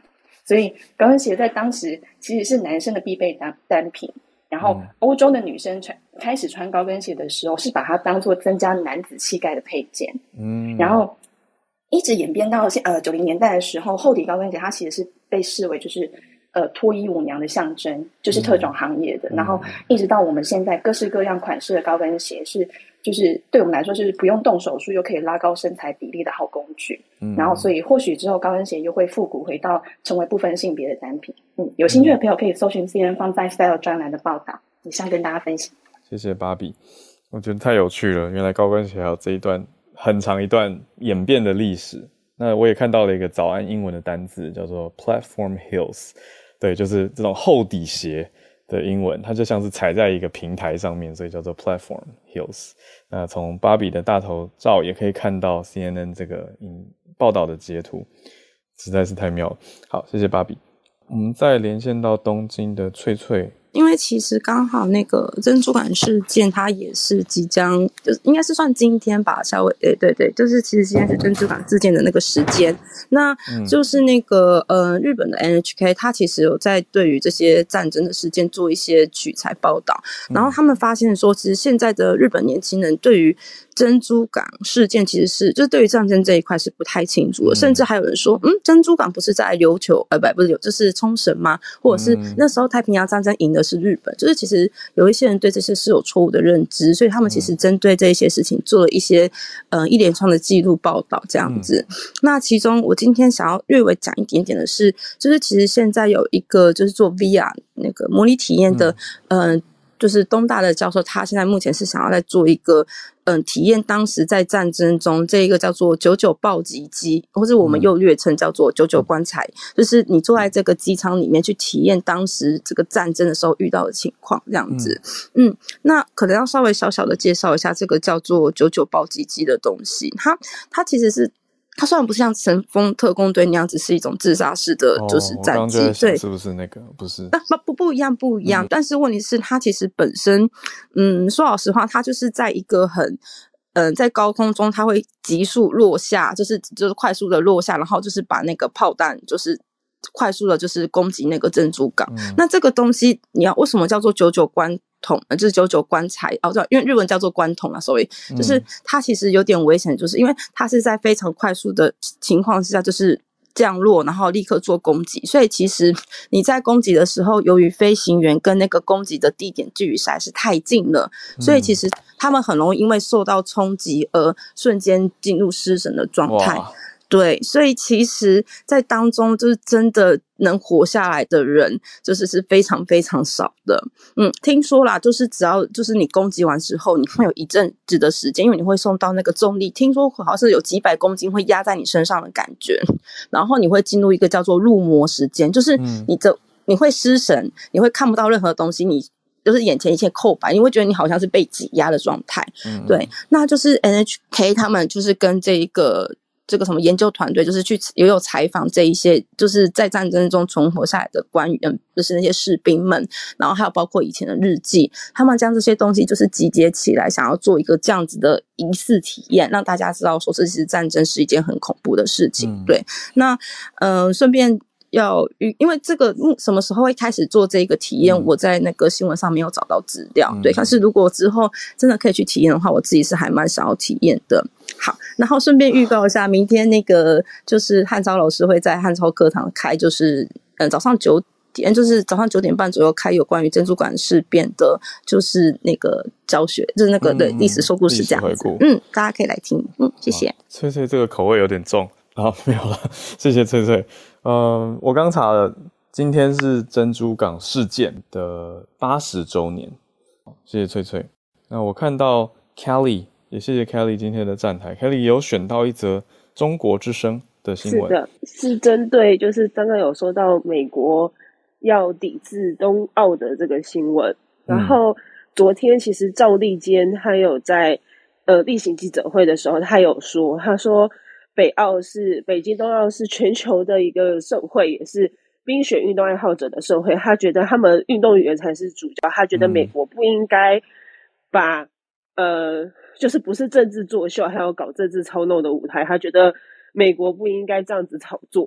所以高跟鞋在当时其实是男生的必备单单品。然后欧洲的女生穿开始穿高跟鞋的时候，是把它当作增加男子气概的配件。嗯，然后一直演变到呃九零年代的时候，厚底高跟鞋它其实是被视为就是呃脱衣舞娘的象征，就是特种行业的。嗯、然后一直到我们现在各式各样款式的高跟鞋是就是对我们来说是不用动手术又可以拉高身材比例的好工具。嗯，然后所以或许之后高跟鞋又会复古回到成为不分性别的单品。嗯，有兴趣的朋友可以搜寻 C N 放在 Style 专栏的报道，以上跟大家分享。 谢谢芭比，我觉得太有趣了，原来高跟鞋还有这一段很长一段演变的历史。那我也看到了一个早安英文的单字叫做 platform heels， 对，就是这种厚底鞋的英文，它就像是踩在一个平台上面，所以叫做 platform heels。那从芭比的大头照也可以看到 C N N 这个报道的截图，实在是太妙了。好，谢谢芭比。我们再连线到东京的翠翠。 因为其实刚好那个珍珠港事件，它也是即将，就是应该是算今天吧，稍微，诶，对对，就是其实现在是珍珠港事件的那个时间。那就是那个呃，日本的 N H K， 它其实有在对于这些战争的事件做一些取材报道，然后他们发现说，其实现在的日本年轻人对于珍珠港事件其实是就是对于战争这一块是不太清楚的，甚至还有人说，嗯，珍珠港不是在琉球，呃，不，不是，就是冲绳吗？或者是那时候太平洋战争赢的是日本，就是其实有一些人对这些是有错误的认知，所以他们其实针对这些事情做了一些呃一连串的记录报道这样子。嗯、那其中我今天想要略微讲一点点的是，就是其实现在有一个就是做 V R 那个模拟体验的，嗯、呃。就是东大的教授，他现在目前是想要在做一个，嗯，体验当时在战争中这一个叫做九九暴击机，或是我们又略称叫做九九棺材，就是你坐在这个机舱里面去体验当时这个战争的时候遇到的情况，这样子。嗯，嗯那可能要稍微小小的介绍一下这个叫做九九暴击机的东西，它它其实是。它虽然不是像神风特工队那样子是一种自杀式的就是战机、哦、对， 是不是那个不是不不不一样不一样、嗯、但是问题是它其实本身嗯说老实话它就是在一个很嗯、呃，在高空中它会急速落下，就是就是快速的落下，然后就是把那个炮弹就是快速的就是攻击那个珍珠港、嗯、那这个东西你要为什么叫做九九关桶就是九九棺材哦，对，因为日文叫做棺桶啊，所以就是它其实有点危险，就是因为它是在非常快速的情况之下就是降落，然后立刻做攻击，所以其实你在攻击的时候，由于飞行员跟那个攻击的地点距离实在是太近了，所以其实他们很容易因为受到冲击而瞬间进入失神的状态。对，所以其实在当中就是真的能活下来的人就是是非常非常少的。嗯，听说啦，就是只要就是你攻击完之后你会有一阵子的时间，因为你会受到那个重力，听说好像是有几百公斤会压在你身上的感觉，然后你会进入一个叫做入魔时间，就是你的、嗯、你会失神，你会看不到任何东西，你就是眼前一切空白，你会觉得你好像是被挤压的状态、嗯、对，那就是 N H K 他们就是跟这一个这个什么研究团队就是去也有采访这一些就是在战争中存活下来的官员，就是那些士兵们，然后还有包括以前的日记，他们将这些东西就是集结起来，想要做一个这样子的疑似体验，让大家知道说这其实战争是一件很恐怖的事情、嗯、对，那呃顺便要因为这个什么时候会开始做这个体验、嗯、我在那个新闻上没有找到资料、嗯、对，但是如果之后真的可以去体验的话，我自己是还蛮想要体验的。好，然后顺便预告一下，明天那个就是汉超老师会在汉超课堂开，就是嗯早上九点，就是早上九点半左右开有关于珍珠港事变的，就是那个教学，就是那个对历史说故事这样子。嗯，大家可以来听。嗯，谢谢。 翠翠这个口味有点重，好，没有了，谢谢翠翠。嗯，我刚查了，今天是珍珠港事件的八十周年，谢谢翠翠。那我看到 Kelly。也谢谢 Kelly 今天的站台 Kelly 有选到一则中国之声的新闻， 是的，是针对就是刚刚有说到美国要抵制冬奥的这个新闻、嗯、然后昨天其实赵立坚他有在呃例行记者会的时候他有说，他说北奥是北京冬奥是全球的一个盛会，也是冰雪运动爱好者的盛会，他觉得他们运动员才是主角，他觉得美国不应该把、嗯、呃就是不是政治作秀还有搞政治操弄的舞台，他觉得美国不应该这样子炒作。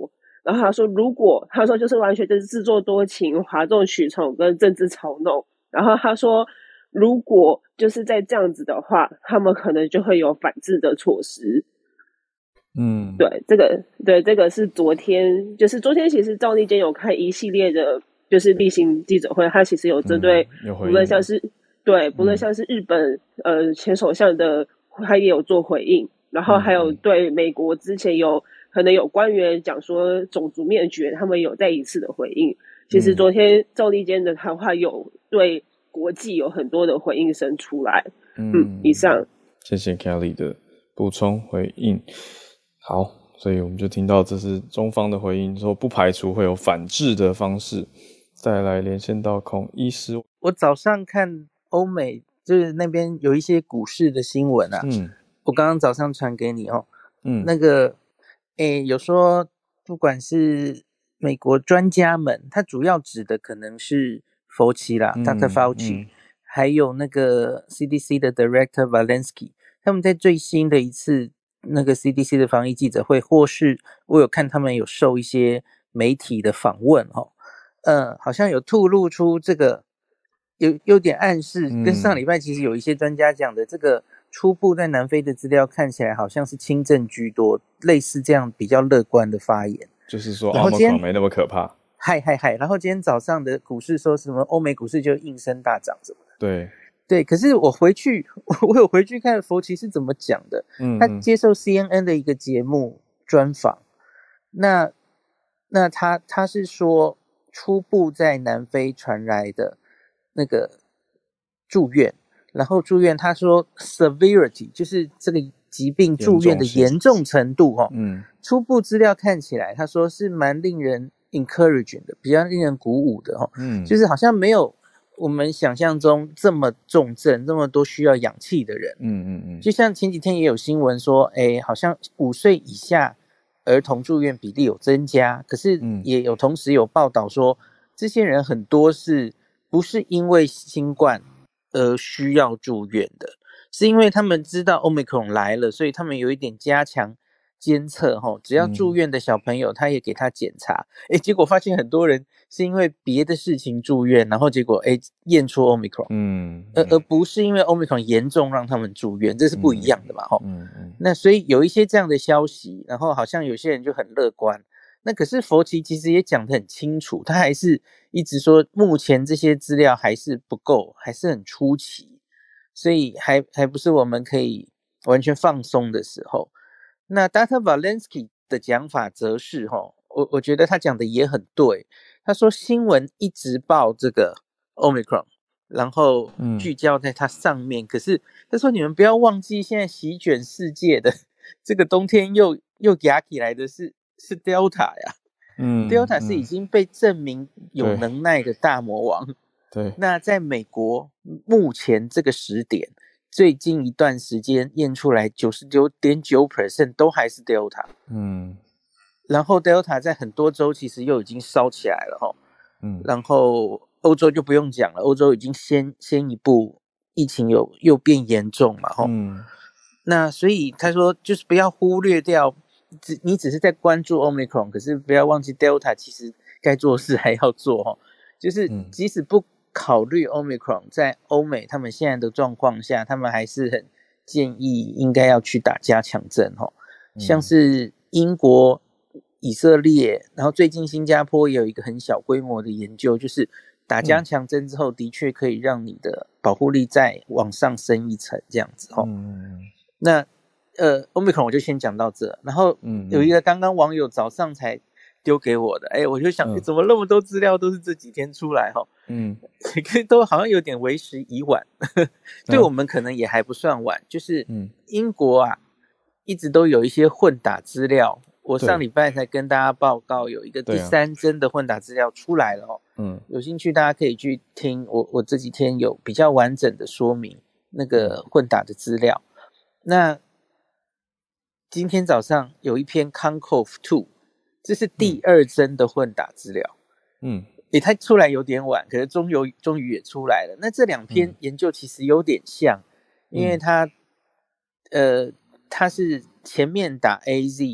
然后他说如果他说就是完全就是自作多情、哗众取宠跟政治嘲弄，然后他说如果就是在这样子的话，他们可能就会有反制的措施。 嗯， 对，这个对这个是昨天，就是昨天其实赵立坚有开一系列的，就是例行记者会，他其实有针对无论像是、嗯、对，不论像是日本、嗯、呃前首相的，他也有做回应，然后还有对美国之前有可能有官员讲说种族灭绝，他们有再一次的回应。其实昨天赵立坚的谈话有对国际有很多的回应声出来。嗯，嗯以上， 谢谢 Kelly 的补充回应。好，所以我们就听到这是中方的回应，说不排除会有反制的方式。再来连线到孔医师， 我早上看欧美就是那边有一些股市的新闻啊，嗯，我刚刚早上传给你哦，嗯，那个，诶，有说不管是美国专家们，他主要指的可能是佛奇啦、嗯、，Doctor Fauci，、嗯、还有那个 C D C 的 Director Walensky， 他们在最新的一次那个 C D C 的防疫记者会，或是我有看他们有受一些媒体的访问哦，呃，好像有吐露出这个有有点暗示，跟上礼拜其实有一些专家讲的、嗯、这个初步在南非的资料看起来好像是轻症居多，类似这样比较乐观的发言， 就是说奥密克戎没那么可怕。 嗨嗨嗨，然后今天早上的股市说什么欧美股市就应声大涨什么的。 对。 对，可是我回去，我有回去看佛奇是怎么讲的。嗯，他接受 C N N 的一个节目专访，那那他他是说初步在南非传来的那个住院，然后住院他说 severity 就是这个疾病住院的严重程度哈、哦，嗯，初步资料看起来他说是蛮令人 encouraging 的，比较令人鼓舞的哈、哦，嗯，就是好像没有我们想象中这么重症，这么多需要氧气的人。嗯嗯嗯。就像前几天也有新闻说，诶，好像五岁以下儿童住院比例有增加，可是也有同时有报道说，这些人很多是不是因为新冠而需要住院的，是因为他们知道 Omicron 来了，所以他们有一点加强监测，只要住院的小朋友他也给他检查、嗯、结果发现很多人是因为别的事情住院，然后结果验出 Omicron， 嗯，而而不是因为 Omicron 严重让他们住院，这是不一样的嘛，嗯嗯，那所以有一些这样的消息，然后好像有些人就很乐观，那可是佛奇其实也讲得很清楚，他还是一直说目前这些资料还是不够，还是很初期，所以还还不是我们可以完全放松的时候。那 Doctor Walensky 的讲法则是齁，我我觉得他讲的也很对。他说新闻一直报这个 Omicron， 然后聚焦在它上面、嗯、可是他说你们不要忘记现在席卷世界的这个冬天又又压起来的是是 Delta 呀。嗯 Delta 是已经被证明有能耐的大魔王。 对。 那在美国目前这个时点最近一段时间验出来 百分之九十九点九 都还是 Delta， 嗯，然后 Delta 在很多州其实又已经烧起来了齁，嗯，然后欧洲就不用讲了，欧洲已经先先一步疫情有又变严重嘛齁，嗯，那所以他说就是不要忽略掉，只你只是在关注 Omicron， 可是不要忘记 Delta 其实该做事还要做齁，就是即使不考虑 Omicron 在欧美他们现在的状况下，他们还是很建议应该要去打加强针、哦嗯、像是英国、以色列，然后最近新加坡也有一个很小规模的研究，就是打加强针之后的确可以让你的保护力再往上升一层这样子、哦嗯、那呃 Omicron 我就先讲到这，然后有一个刚刚网友早上才丢给我的，哎，我就想、嗯、怎么那么多资料都是这几天出来齁，嗯，都好像有点为时已晚，对我们可能也还不算晚，就是英国啊，一直都有一些混打资料，我上礼拜才跟大家报告有一个第三针的混打资料出来了哦，嗯，有兴趣大家可以去听我我这几天有比较完整的说明那个混打的资料。那今天早上有一篇 C O N C O V 二，这是第二针的混打资料，嗯，诶，它出来有点晚，可是终于终于也出来了。那这两篇研究其实有点像，嗯、因为它，呃，它是前面打 A Z，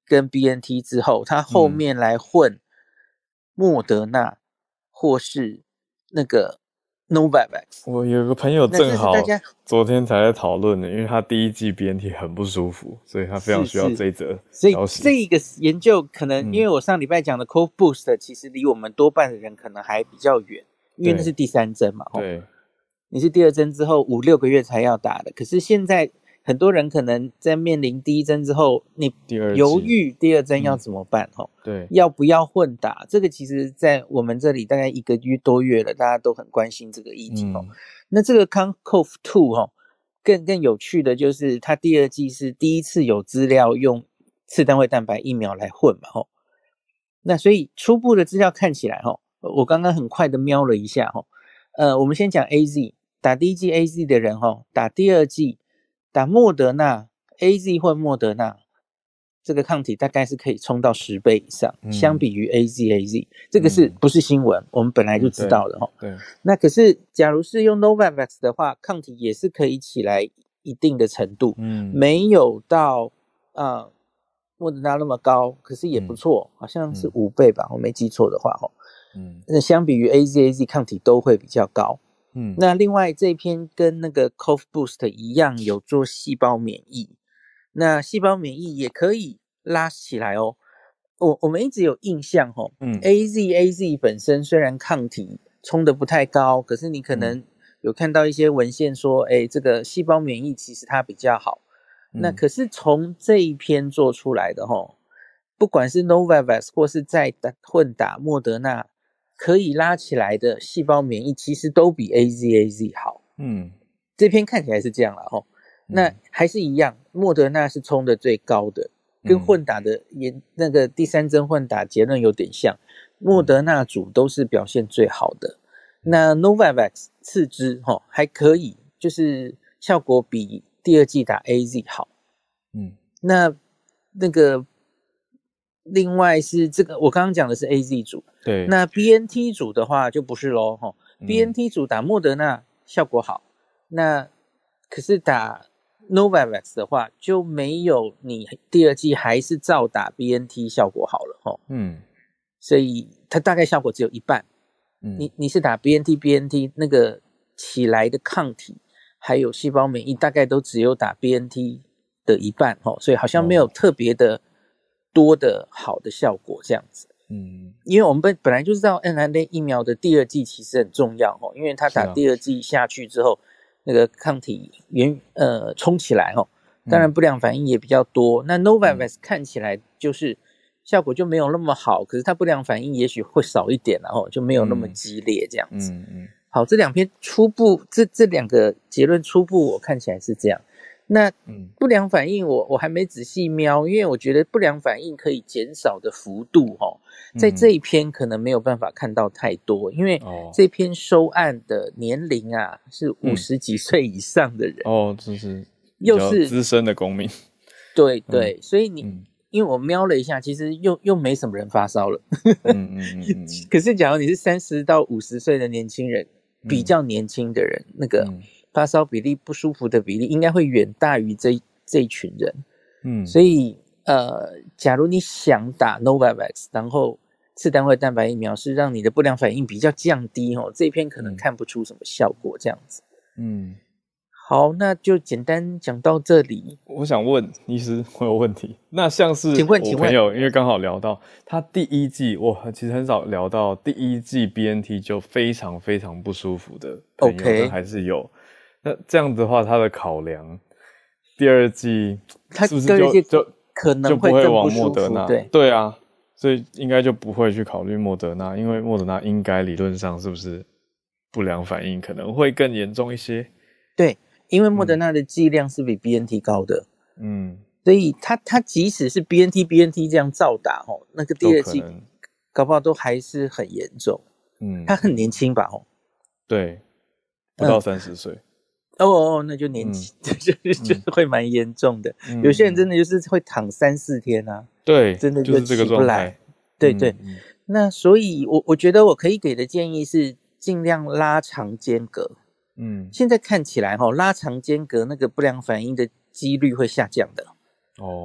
跟 B N T 之后，他后面来混莫德纳或是那个 Novavax。 我有个朋友正好昨天才在讨论的，因为他第一剂 B N T 很不舒服，所以他非常需要这一则消息。 所以这个研究可能，嗯、因为我上礼拜讲的 Cove Boost 其实离我们多半的人可能还比较远，因为那是第三针嘛。 对， 你是第二针之后五六个月才要打的，可是现在很多人可能在面临第一针之后，你犹豫第二针要怎么办？嗯、 对， 要不要混打？这个其实在我们这里大概一个月多月了，大家都很关心这个议题哦。嗯、那这个 Concove 二哦，更更有趣的就是它第二剂是第一次有资料用次单位蛋白疫苗来混嘛，吼。那所以初步的资料看起来，吼，我刚刚很快的瞄了一下，吼，呃，我们先讲 A Z， 打第一剂 A Z 的人，吼，打第二剂。打莫德纳 A Z 或莫德纳，这个抗体大概是可以冲到十倍以上，嗯、相比于 A Z A Z， 这个是、嗯、不是新闻？我们本来就知道的哈、 嗯。对。 那可是，假如是用 Novavax 的话，抗体也是可以起来一定的程度，嗯，没有到啊、呃、莫德纳那么高，可是也不错，嗯、好像是五倍吧，嗯、我没记错的话哈。嗯。那相比于 A Z A Z 抗体都会比较高。嗯，那另外这篇跟那个 Cove Boost 一样有做细胞免疫，那细胞免疫也可以拉起来哦。我我们一直有印象哦，嗯 ，A Z A Z 本身虽然抗体冲得不太高，可是你可能有看到一些文献说，哎、嗯，这个细胞免疫其实它比较好。嗯、那可是从这一篇做出来的哦，不管是 Novavax 或是在混打莫德纳。可以拉起来的细胞免疫其实都比 A Z A Z 好，嗯，这篇看起来是这样啦齁。那还是一样，莫德纳是冲的最高的，跟混打的研、嗯、那个第三针混打结论有点像，莫德纳组都是表现最好的，嗯、那 Novavax 次之齁还可以，就是效果比第二剂打 A Z 好，嗯，那那个。另外是这个，我刚刚讲的是 A Z 组， 对。 那 B N T 组的话就不是咯齁、嗯、B N T 组打莫德纳效果好，那可是打 Novavax 的话就没有你第二剂还是照打 B N T 效果好了齁，嗯，所以它大概效果只有一半，嗯，你你是打 B N T B N T 那个起来的抗体还有细胞免疫大概都只有打 B N T 的一半齁，所以好像没有特别的。哦多的好的效果这样子，嗯，因为我们本本来就知道 M R N A 疫苗的第二剂其实很重要哦，因为它打第二剂下去之后，啊、那个抗体原呃冲起来哦，当然不良反应也比较多。嗯、那 Novavax 看起来就是效果就没有那么好，可是它不良反应也许会少一点，然后就没有那么激烈这样子。嗯嗯。好，这两篇初步这这两个结论初步我看起来是这样。那不良反应我我还没仔细瞄，因为我觉得不良反应可以减少的幅度齁，在这一篇可能没有办法看到太多，因为这篇收案的年龄啊是五十几岁以上的人哦，这是又是资深的公民， 对对，所以你、嗯、因为我瞄了一下，其实又又没什么人发烧了，嗯嗯嗯嗯，可是假如你是三十到五十岁的年轻人，比较年轻的人，那个。嗯发烧比例不舒服的比例应该会远大于这这一群人，嗯，所以呃，假如你想打 Novavax， 然后次单位蛋白疫苗是让你的不良反应比较降低哦，这一篇可能看不出什么效果这样子，嗯，好，那就简单讲到这里。 我想问医师，我有问题。那像是我朋友，因为刚好聊到他第一剂，我其实很少聊到第一剂 B N T 就非常非常不舒服的朋友， okay. 但还是有。那这样的话，他的考量，第二季是不是就就可能会更不舒服？对对啊，所以应该就不会去考虑莫德纳，因为莫德纳应该理论上是不是不良反应可能会更严重一些？ 对，因为莫德纳的剂量是比 B N T 高的，嗯，所以他他即使是 B N T B N T 这样照打哦，那个第二季搞不好都还是很严重。嗯，他很年轻吧？哦， 对，不到三十岁。 哦哦，那就年轻，嗯、就就是会蛮严重的、嗯。有些人真的就是会躺三四天啊， 对， 真的就起不来。 对对、嗯，那所以我我觉得我可以给的建议是尽量拉长间隔。嗯，现在看起来哈、哦，拉长间隔那个不良反应的几率会下降的。哦，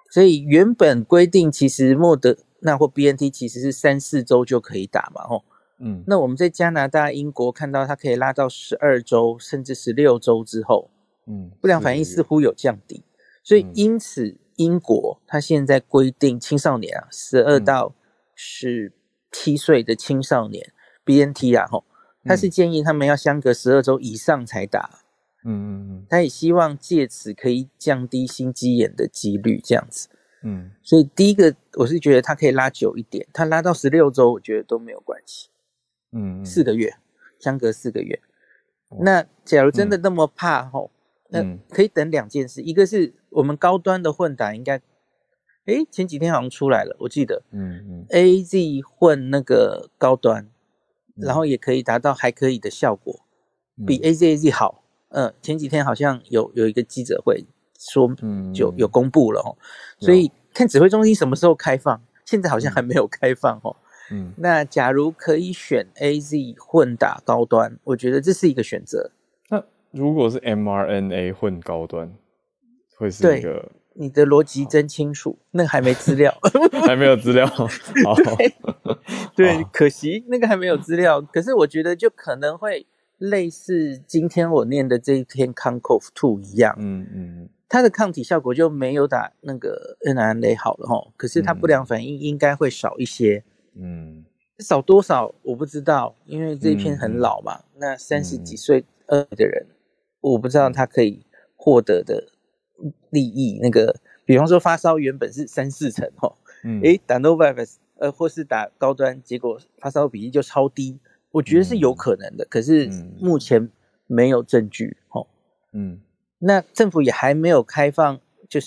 所以原本规定其实莫德纳或 B N T 其实是三四周就可以打嘛，吼。嗯，那我们在加拿大、英国看到它可以拉到十二周甚至十六周之后，嗯，不良反应似乎有降低，所以因此英国它现在规定青少年啊，十二到十七岁的青少年 B N T 啊，吼，它是建议他们要相隔十二周以上才打，嗯嗯嗯，他也希望借此可以降低心肌炎的几率，这样子，嗯，所以第一个我是觉得它可以拉久一点，它拉到十六周，我觉得都没有关系。嗯，四个月，相隔四个月。哦、那假如真的那么怕吼、嗯，那可以等两件事，一个是我们高端的混打应该，诶，前几天好像出来了，我记得，嗯嗯 ，A Z 混那个高端，嗯、然后也可以达到还可以的效果，嗯、比 A Z A Z 好。嗯，前几天好像有有一个记者会说，嗯，就有公布了哦，所以看指挥中心什么时候开放，现在好像还没有开放哦。嗯，那假如可以选 A Z 混打高端，我觉得这是一个选择。 那如果是 m R N A 混高端，会是一个？ 对，你的逻辑真清楚，那个还没资料， 还没有资料。好， 对，对，可惜那个还没有资料。可是我觉得就可能会类似今天我念的这一篇 C O N C O V 二 一样，嗯嗯，它的抗体效果就没有打那个 M R N A 好了齁，可是它不良反应应该会少一些。嗯，少多少我不知道，因为这一篇很老嘛。嗯、那三十几岁二的人，我不知道他可以获得的利益。那个，比方说发烧原本是三四成哦，嗯，诶，打 Novavax 呃，或是打高端，结果发烧比例就超低，我觉得是有可能的。嗯、可是目前没有证据哦。嗯，那政府也还没有开放，就是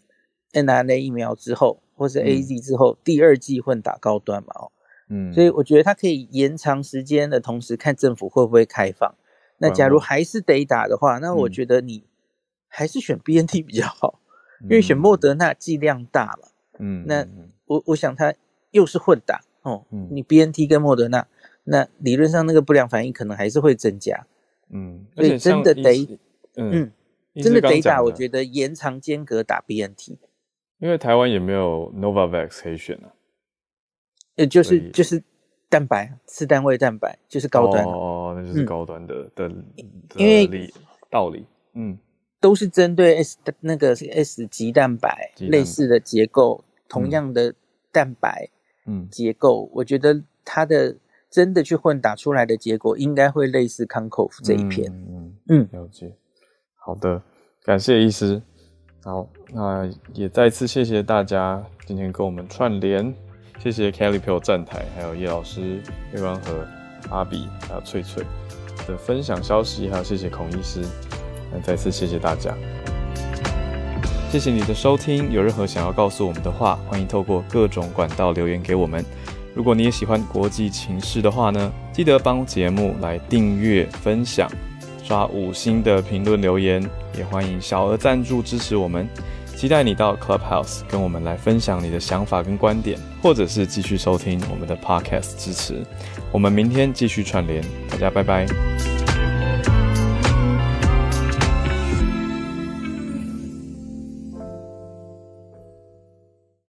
M R N A 疫苗之后。或是 A Z 之后、嗯、第二剂混打高端嘛，哦，嗯，所以我觉得它可以延长时间的同时，看政府会不会开放。那假如还是得打的话，那我觉得你还是选 B N T 比较好，嗯、因为选莫德纳剂量大嘛，嗯，那我我想它又是混打哦，嗯、你 B N T 跟莫德纳，那理论上那个不良反应可能还是会增加，嗯，所以真的得，嗯，嗯真的得打，我觉得延长间隔打 B N T。 因为台湾也没有 Novavax 可以选啊， 呃，就是就是蛋白，次单位蛋白就是高端、啊、 哦，那就是高端的、嗯、的, 的因为道理，嗯， 都是针对 S 那个 S 级蛋白类似的结构，同样的蛋白嗯结构，嗯、我觉得它的真的去混打出来的结果应该会类似 C O N C O V 这一篇， 嗯嗯，了解，好的，感谢医师。好，那也再次谢谢大家今天跟我们串联，谢谢 Kelly 陪我站台，还有叶老师、月光和阿比，还有翠翠的分享消息，还有谢谢孔医师，那再次谢谢大家，谢谢你的收听。有任何想要告诉我们的话，欢迎透过各种管道留言给我们。如果你也喜欢国际情势的话呢，记得帮节目来订阅、分享。刷五星的评论留言，也欢迎小额赞助支持我们。期待你到 Clubhouse 跟我们来分享你的想法跟观点，或者是继续收听我们的 Podcast 支持。我们明天继续串联，大家拜拜。